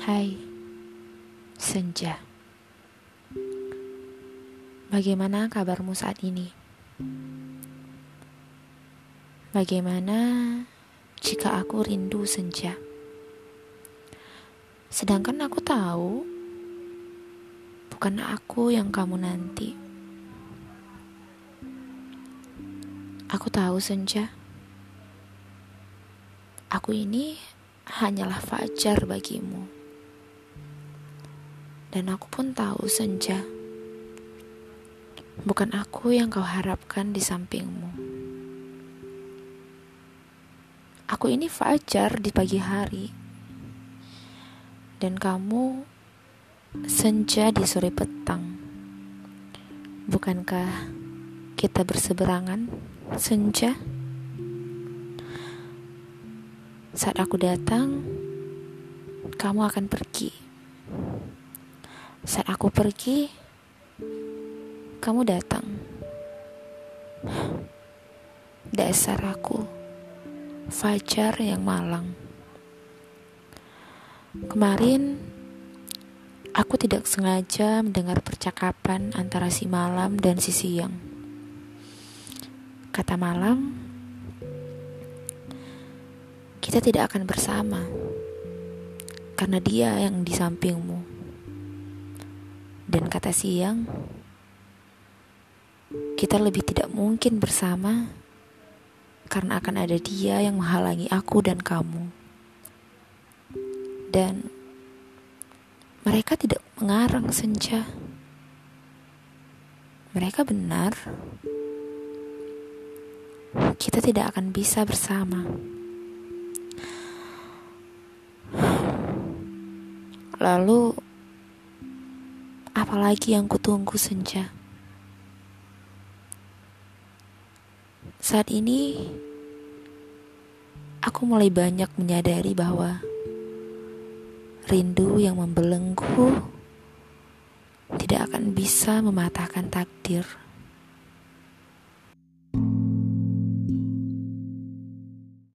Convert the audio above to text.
Hai, Senja. Bagaimana kabarmu saat ini? Bagaimana jika aku rindu senja? Sedangkan aku tahu, bukan aku yang kamu nanti. Aku tahu senja. Aku ini hanyalah fajar bagimu. Dan aku pun tahu senja, bukan aku yang kau harapkan di sampingmu. Aku ini fajar di pagi hari, dan kamu senja di sore petang. Bukankah kita berseberangan, senja? Saat aku datang, kamu akan pergi. Saat aku pergi, kamu datang. Dasar aku, fajar yang malang. Kemarin, aku tidak sengaja mendengar percakapan antara si malam dan si siang. Kata malam, kita tidak akan bersama, karena dia yang di sampingmu. Dan kata siang, kita lebih tidak mungkin bersama, karena akan ada dia yang menghalangi aku dan kamu. Dan mereka tidak mengarang senja. Mereka benar. Kita tidak akan bisa bersama. Lalu, apalagi yang kutunggu senja? Saat ini, aku mulai banyak menyadari bahwa rindu yang membelenggu tidak akan bisa mematahkan takdir.